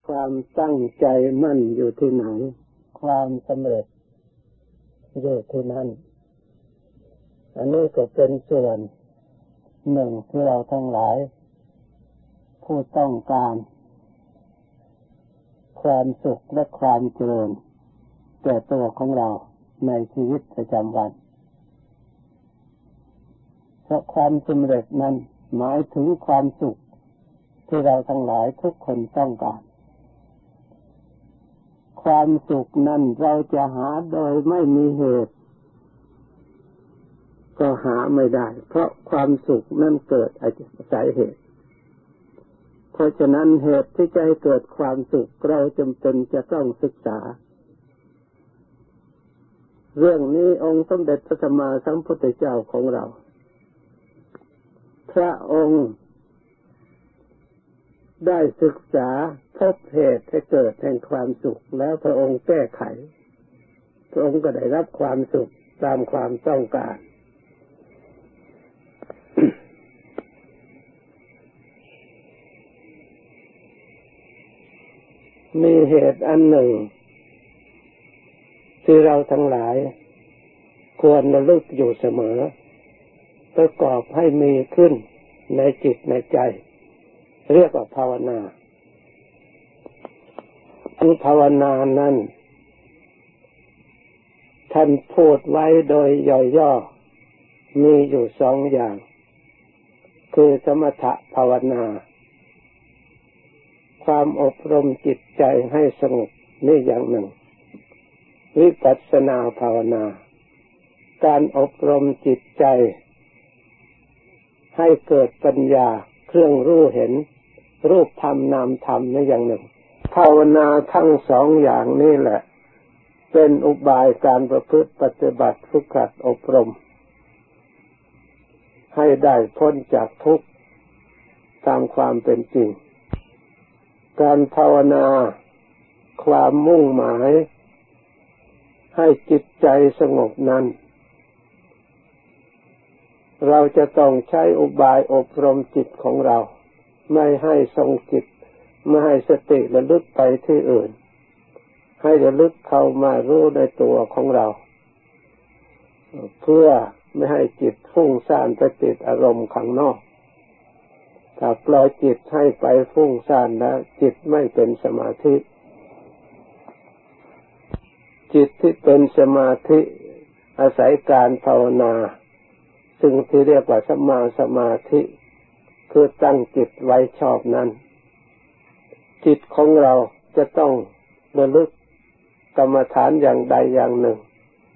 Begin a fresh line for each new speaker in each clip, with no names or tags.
ความตั้งใจมั่นอยู่ที่ไหนความสำเร็จอยู่ที่นั่นอันนี้ก็เป็นส่วนหนึ่งที่เราทั้งหลายผู้ต้องการความสุขและความเจริญแก่ตัวของเราในชีวิตประจำวันเพราะความสำเร็จนั้นหมายถึงความสุขที่เราทั้งหลายทุกคนต้องการความสุขนั้นเราจะหาโดยไม่มีเหตุก็หาไม่ได้เพราะความสุขนั้นเกิดอาศัยเหตุเพราะฉะนั้นเหตุที่จะให้เกิดความสุขเราจำเป็นจะต้องศึกษาเรื่องนี้องค์สมเด็จพระสัมมาสัมพุทธเจ้าของเราพระองค์ได้ศึกษาพบเหตุให้เกิดแห่งความสุขแล้วพระองค์แก้ไขพระองค์ก็ได้รับความสุขตามความต้องการ มีเหตุอันหนึ่งที่เราทั้งหลายควรระลึกอยู่เสมอประกอบให้มีขึ้นในจิตในใจเรียกว่าภาวนาคือภาวนานั้นท่านพูดไว้โดยย่อๆมีอยู่สองอย่างคือสมถภาวนาความอบรมจิตใจให้สงบนี่อย่างหนึ่งวิปัสสนาภาวนาการอบรมจิตใจให้เกิดปัญญาเครื่องรู้เห็นรูปธรรมนามธรรมนี่อย่างหนึ่งภาวนาทั้งสองอย่างนี้แหละเป็นอุบายการประพฤติปฏิบัติฝึกหัดอบรมให้ได้พ้นจากทุกข์ตามความเป็นจริงการภาวนาความมุ่งหมายให้จิตใจสงบนั้นเราจะต้องใช้อุบายอบรมจิตของเราไม่ให้ทรงจิตไม่ให้สติระลึกไปที่อื่นให้ระลึกเข้ามารู้ในตัวของเราเพื่อไม่ให้จิตฟุ้งซ่านไปติดอารมณ์ข้างนอกถ้าปล่อยจิตให้ไปฟุ้งซ่านแล้วจิตไม่เป็นสมาธิจิตที่เป็นสมาธิอาศัยการภาวนาซึ่งที่เรียกว่าสัมมาสมาธิคือตั้งจิตไว้ชอบนั้นจิตของเราจะต้องระลึกกรรมฐานอย่างใดอย่างหนึ่ง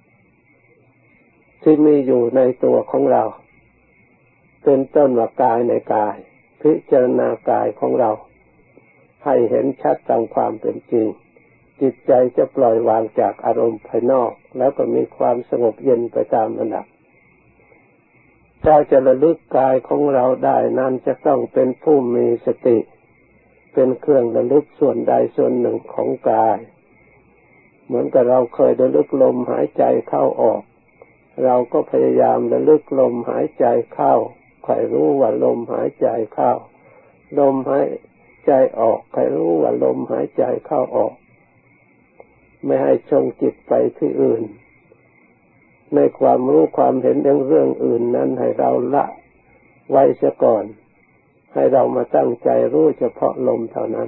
ที่มีอยู่ในตัวของเราเป็นต้นว่ากายในกายพิจารณากายของเราให้เห็นชัดตามความเป็นจริงจิตใจจะปล่อยวางจากอารมณ์ภายนอกแล้วก็มีความสงบเย็นไปตามระดับถ้าจะระลึกกายของเราได้นั้นจะต้องเป็นผู้มีสติเป็นเครื่องระลึกส่วนใดส่วนหนึ่งของกายเหมือนกับเราเคยระลึกลมหายใจเข้าออกเราก็พยายามระลึกลมหายใจเข้าใครรู้ว่าลมหายใจเข้าลมหายใจออกใครรู้ว่าลมหายใจเข้าออกไม่ให้ชงจิตไปที่อื่นในความรู้ความเห็นเรื่องอื่นนั้นให้เราละไว้เสียก่อนให้เรามาตั้งใจรู้เฉพาะลมเท่านั้น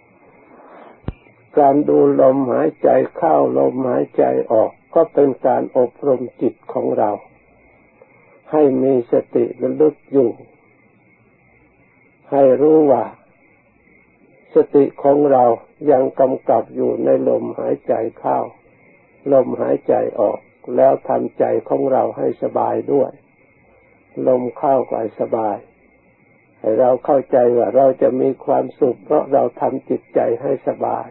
การดูลมหายใจเข้าลมหายใจออกก็เป็นการอบรมจิตของเราให้มีสติระลึกอยู่ให้รู้ว่าสติของเรายังกำกับอยู่ในลมหายใจเข้าลมหายใจออกแล้วทำใจของเราให้สบายด้วยลมเข้าก็ให้สบายให้เราเข้าใจว่าเราจะมีความสุขเพราะเราทำจิตใจให้สบาย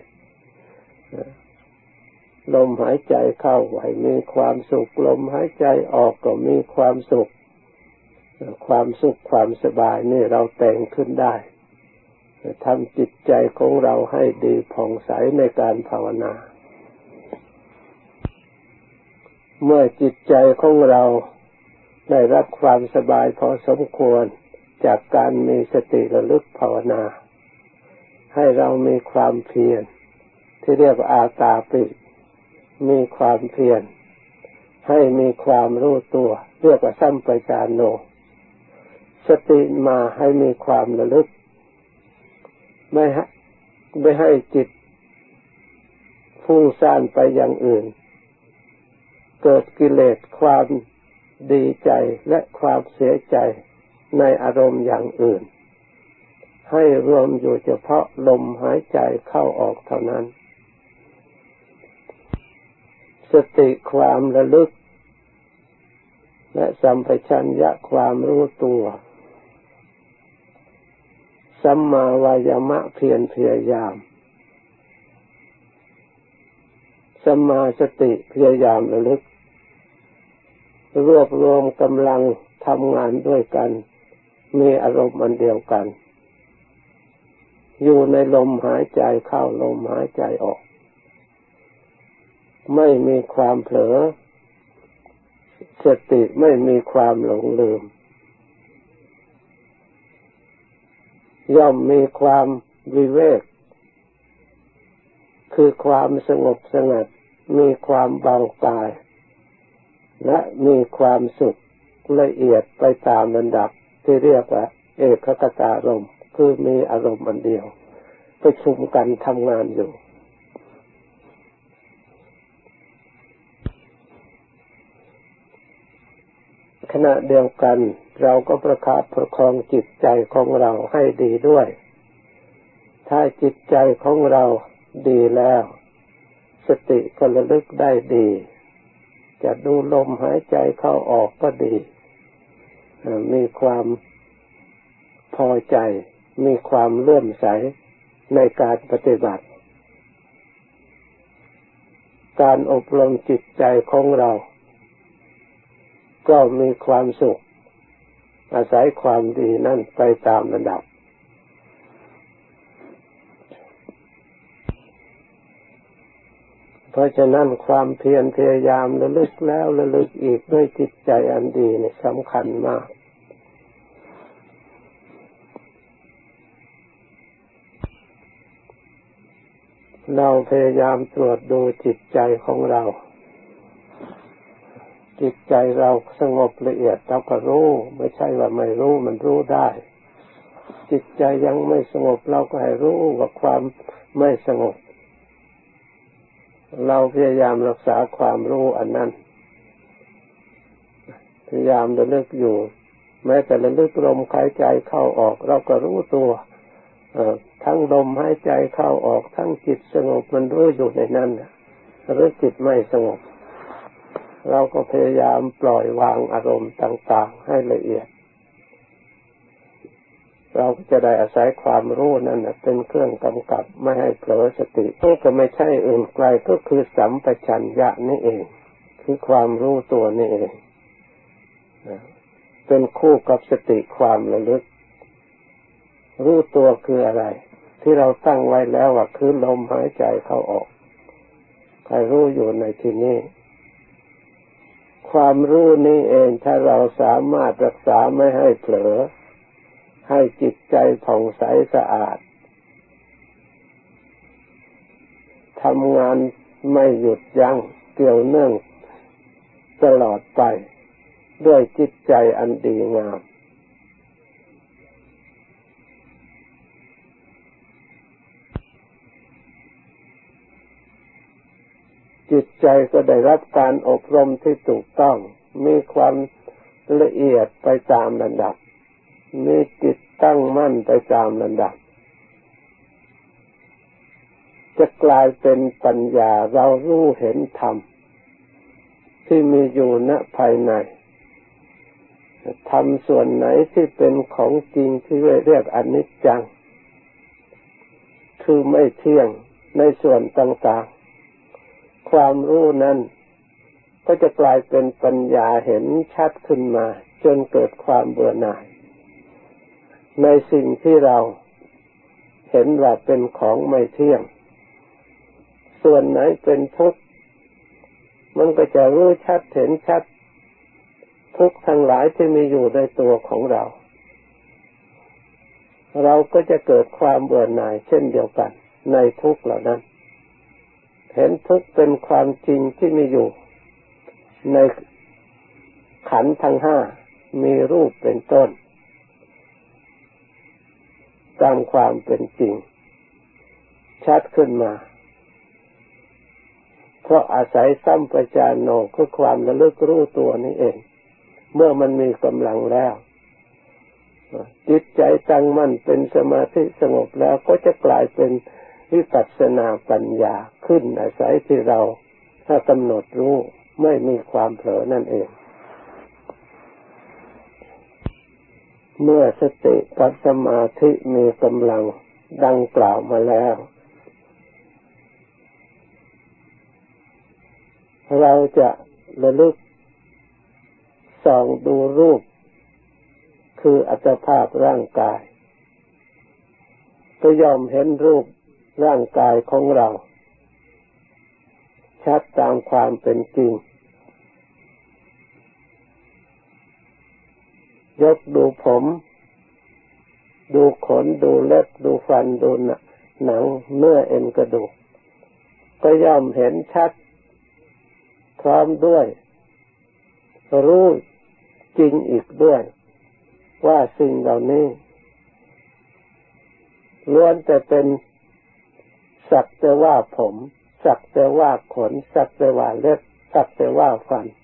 ลมหายใจเข้าให้มีความสุขลมหายใจออกก็มีความสุขความสุขความสบายนี่เราแต่งขึ้นได้ทำจิตใจของเราให้ดีผ่องใสในการภาวนาเมื่อจิตใจของเราได้รับความสบายพอสมควรจากการมีสติระลึกภาวนาให้เรามีความเพียรที่เรียกว่าอาตาปิมีความเพียรให้มีความรู้ตัวเรียกว่าสัมปชัญโนสติมาให้มีความระลึกไม่ให้จิตฟุ้งซ่านไปอย่างอื่นเกิดกิเลสความดีใจและความเสียใจในอารมณ์อย่างอื่นให้รวมอยู่เฉพาะลมหายใจเข้าออกเท่านั้นสติความระลึกและสัมปชัญญะความรู้ตัวสัมมาวายามะเพียรพยายามสัมมาสติพยายามระลึกรวบรวมกำลังทำงานด้วยกันมีอารมณ์อันเดียวกันอยู่ในลมหายใจเข้าลมหายใจออกไม่มีความเผลอสติไม่มีความหลงลืมย่อมมีความวิเวกคือความสงบสงัดมีความเบากายและมีความสุขละเอียดไปตามลำดับที่เรียกว่าเอกคตารมณ์คือมีอารมณ์อันเดียวประชุมกันทำงานอยู่ขณะเดียวกันเราก็ประคับประคองจิตใจของเราให้ดีด้วยถ้าจิตใจของเราดีแล้วสติก็ระลึกได้ดีจะดูลมหายใจเข้าออกก็ดีมีความพอใจมีความเลื่อมใสในการปฏิบัติการอบรมจิตใจของเราก็มีความสุขอาศัยความดีนั่นไปตามระดับเพราะฉะนั้นความเพียรพยายามระลึกแล้วระลึกอีกด้วยจิตใจอันดีนี่สำคัญมากเราพยายามตรวจดูจิตใจของเราจิตใจเราสงบละเอียดเราก็รู้ไม่ใช่ว่าไม่รู้มันรู้ได้จิตใจยังไม่สงบเราก็ให้รู้ว่าความไม่สงบเราพยายามรักษาความรู้อันนั้นพยายามระลึกอยู่แม้แต่ระลึกลมหายใจเข้าออกเราก็รู้ตัวทั้งลมหายใจเข้าออกทั้งจิตสงบมันรู้อยู่ในนั้นหรือจิตไม่สงบเราก็พยายามปล่อยวางอารมณ์ต่างๆให้ละเอียดเราจะได้อาศัยความรู้นั่นเป็นเครื่องกำกับไม่ให้เผลอสตินี่ก็ไม่ใช่อื่นไกลก็คือสัมปชัญญะนี่เองคือความรู้ตัวนี่เองเป็นคู่กับสติความระลึกรู้ตัวคืออะไรที่เราตั้งไว้แล้วว่าคือลมหายใจเข้าออกใครรู้อยู่ในที่นี้ความรู้นี้เองถ้าเราสามารถรักษาไม่ให้เผลอให้จิตใจผ่องใสสะอาดทำงานไม่หยุดยั้งเกี่ยวเนื่องตลอดไปด้วยจิตใจอันดีงามจิตใจก็ได้รับการอบรมที่ถูกต้องมีความละเอียดไปตามลำดับมีจิตตั้งมั่นไปตามลำดับจะกลายเป็นปัญญาเรารู้เห็นธรรมที่มีอยู่ณภายในธรรมส่วนไหนที่เป็นของจริงที่เรียกอนิจจังคือไม่เที่ยงในส่วนต่างๆความรู้นั้นก็จะกลายเป็นปัญญาเห็นชัดขึ้นมาจนเกิดความเบื่อหน่ายในสิ่งที่เราเห็นว่าเป็นของไม่เที่ยงส่วนไหนเป็นทุกข์มันก็จะรู้ชัดเห็นชัดทุกข์ทั้งหลายที่มีอยู่ในตัวของเราเราก็จะเกิดความเบื่อหน่ายเช่นเดียวกันในทุกข์เหล่านั้นเห็นทุกข์เป็นความจริงที่มีอยู่ในขันธ์ทั้งห้ามีรูปเป็นต้นตามความเป็นจริงชัดขึ้นมาเพราะอาศัยสัมปชานโนคือความระลึกรู้ตัวนี้เองเมื่อมันมีกำลังแล้วจิตใจตั้งมั่นเป็นสมาธิสงบแล้วก็จะกลายเป็นวิปัสสนาปัญญาขึ้นอาศัยที่เราถ้ากำหนดรู้ไม่มีความเผลอนั่นเองเมื่อสติกับสมาธิมีกำลังดังกล่าวมาแล้วเราจะระลึกส่องดูรูปคืออัตภาพร่างกายก็ย่อมเห็นรูปร่างกายของเราชัดตามความเป็นจริงยกดูผมดูขนดูเล็บดูฟันดูหนังเนื้อเอ็นกระดูกก็ย่อมเห็นชัดพร้อมด้วยรู้จริงอีกด้วยว่าสิ่งเหล่านี้ล้วนแต่เป็นสักแต่ว่าผมสักแต่ว่าขนสักแต่ว่าเล็บสักแต่ว่าฟัน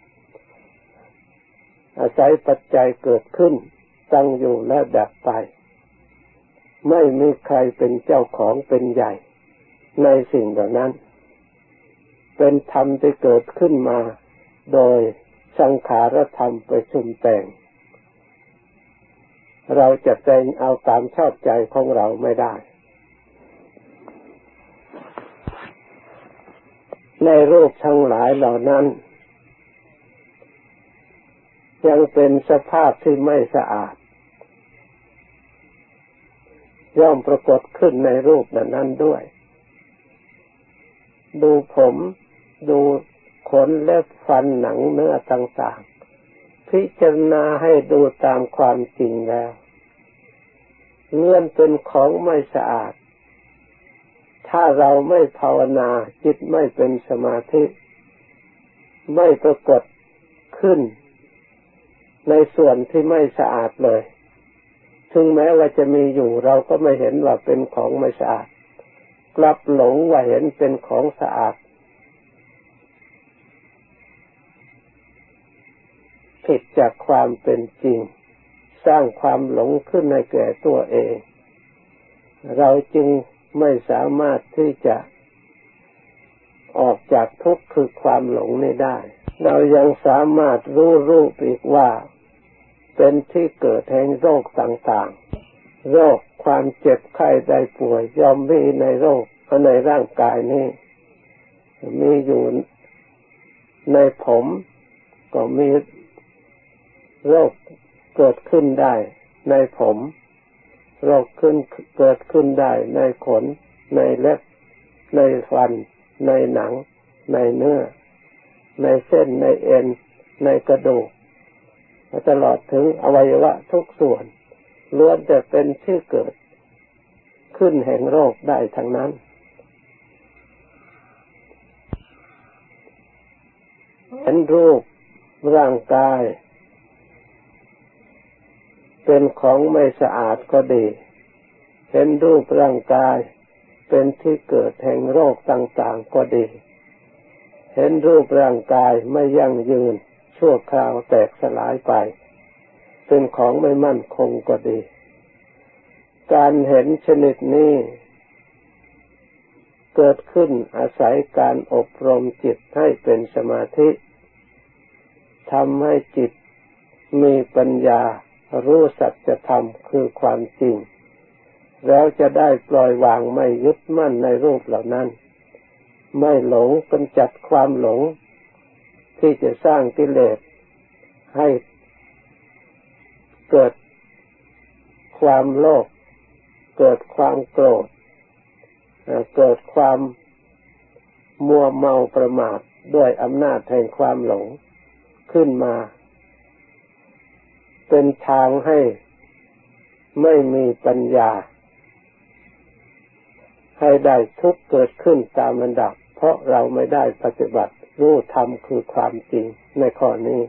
อาศัยปัจจัยเกิดขึ้นตั้งอยู่และดับไปไม่มีใครเป็นเจ้าของเป็นใหญ่ในสิ่งเหล่านั้นเป็นธรรมที่เกิดขึ้นมาโดยสังขารธรรมประชุมแต่งเราจะแต่งเอาตามชอบใจของเราไม่ได้ในรูปทั้งหลายเหล่านั้นยังเป็นสภาพที่ไม่สะอาดย่อมปรากฏขึ้นในรูปนั้นด้วยดูผมดูขนเล็บฟันหนังเนื้อต่างๆพิจารณาให้ดูตามความจริงแล้วล้วนเป็นของไม่สะอาดถ้าเราไม่ภาวนาจิตไม่เป็นสมาธิไม่ปรากฏขึ้นในส่วนที่ไม่สะอาดเลยถึงแม้ว่าจะมีอยู่เราก็ไม่เห็นว่าเป็นของไม่สะอาดกลับหลงว่าเห็นเป็นของสะอาดผิดจากความเป็นจริงสร้างความหลงขึ้นในแก่ตัวเองเราจึงไม่สามารถที่จะออกจากทุกข์คือความหลงนี้ได้เรายังสามารถรู้รูปอีกว่าเป็นที่เกิดแห่งโรคต่างๆโรคความเจ็บไข้ได้ป่วยย่อมมีในโรคในร่างกายนี้มีอยู่ในผมก็มีโรคเกิดขึ้นได้ในผมโรคเกิดขึ้นได้ในขนในเล็บในฟันในหนังในเนื้อในเส้นในเอ็นในกระดูกตลอดถึงอวัยวะทุกส่วนล้วนแต่เป็นที่เกิดขึ้นแห่งโรคได้ทั้งนั้นเห็นรูปร่างกายเป็นของไม่สะอาดก็ดีเห็นรูปร่างกายเป็นที่เกิดแห่งโรคต่างๆก็ดีเห็นรูปร่างกายไม่ยั่งยืนชั่วคราวแตกสลายไปเป็นของไม่มั่นคงก็ดีการเห็นชนิดนี้เกิดขึ้นอาศัยการอบรมจิตให้เป็นสมาธิทำให้จิตมีปัญญารู้สัจธรรมคือความจริงแล้วจะได้ปล่อยวางไม่ยึดมั่นในรูปเหล่านั้นไม่หลงกำจัดความหลงที่จะสร้างกิเลสให้เกิดความโลภเกิดความโกรธเกิดความมัวเมาประมาทด้วยอำนาจแห่งความหลงขึ้นมาเป็นทางให้ไม่มีปัญญาให้ได้ทุกข์เกิดขึ้นตามลำดับเพราะเราไม่ได้ปฏิบัติรู้ธรรมคือความจริงในข้อนี้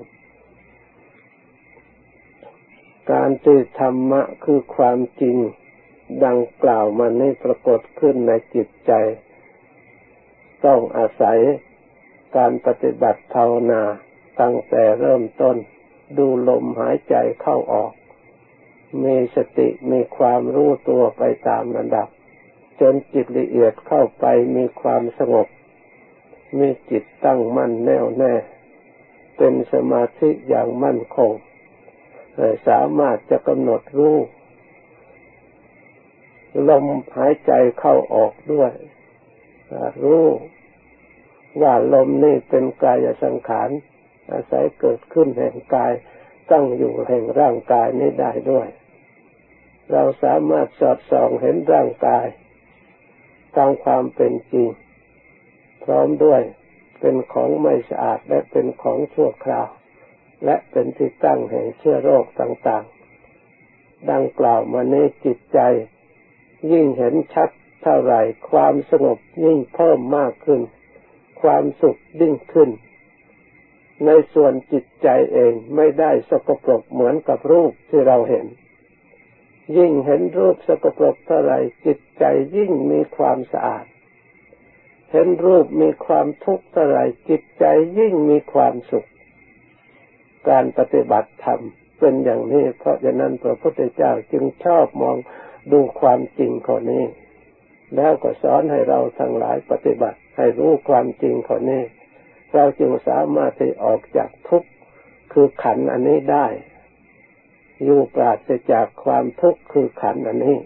การที่ธรรมะคือความจริงดังกล่าวมานี้ปรากฏขึ้นในจิตใจต้องอาศัยการปฏิบัติภาวนาตั้งแต่เริ่มต้นดูลมหายใจเข้าออกมีสติมีความรู้ตัวไปตามระดับจนจิตละเอียดเข้าไปมีความสงบมีจิตตั้งมั่นแน่วแน่เป็นสมาธิอย่างมั่นคงสามารถจะกำหนดรู้ลมหายใจเข้าออกด้วยรู้ว่าลมนี่เป็นกายสังขารอาศัยเกิดขึ้นแห่งกายตั้งอยู่แห่งร่างกายนี้ได้ด้วยเราสามารถสอดส่องเห็นร่างกายตามความเป็นจริงพร้อมด้วยเป็นของไม่สะอาดและเป็นของชั่วคราวและเป็นที่ตั้งแห่งเชื้อโรคต่างๆดังกล่าวมานี้จิตใจยิ่งเห็นชัดเท่าไหร่ความสงบยิ่งเพิ่มมากขึ้นความสุขยิ่งขึ้นในส่วนจิตใจเองไม่ได้สกปรกเหมือนกับรูปที่เราเห็นยิ่งเห็นรูปสกปรกเท่าไหร่จิตใจยิ่งมีความสะอาดเห็นรูปมีความทุกข์เท่าไหร่จิตใจยิ่งมีความสุขการปฏิบัติธรรมเป็นอย่างนี้เพราะฉะนั้นพระพุทธเจ้าจึงชอบมองดูความจริงข้อนี้แล้วก็สอนให้เราทั้งหลายปฏิบัติให้รู้ความจริงข้อนี้เราจึงสามารถที่ออกจากทุกข์คือขันธ์อันนี้ได้อยู่ปราศจากความทุกข์คือขันธ์อันนี้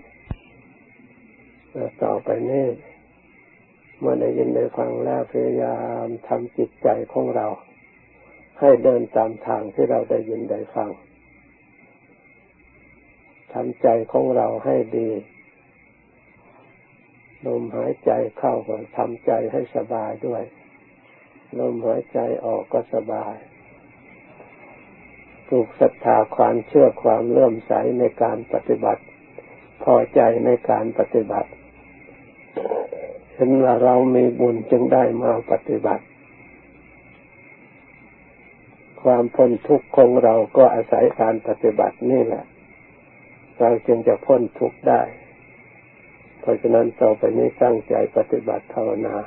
ต่อไปนี้เมื่อได้ยินได้ฟังแล้วพยายามทำจิตใจของเราให้เดินตามทางที่เราได้ยินได้ฟังทำใจของเราให้ดีลมหายใจเข้าก็ทำใจให้สบายด้วยลมหายใจออกก็สบายปลูกศรัทธาความเชื่อความเลื่อมใสในการปฏิบัติพอใจในการปฏิบัติเห็นว่าเรามีบุญจึงได้มาปฏิบัติความพ้นทุกข์ของเราก็อาศัยการปฏิบัตินี่แหละเราจึงจะพ้นทุกข์ได้เพราะฉะนั้นต่อไปนี้ตั้งใจปฏิบัติภาวนา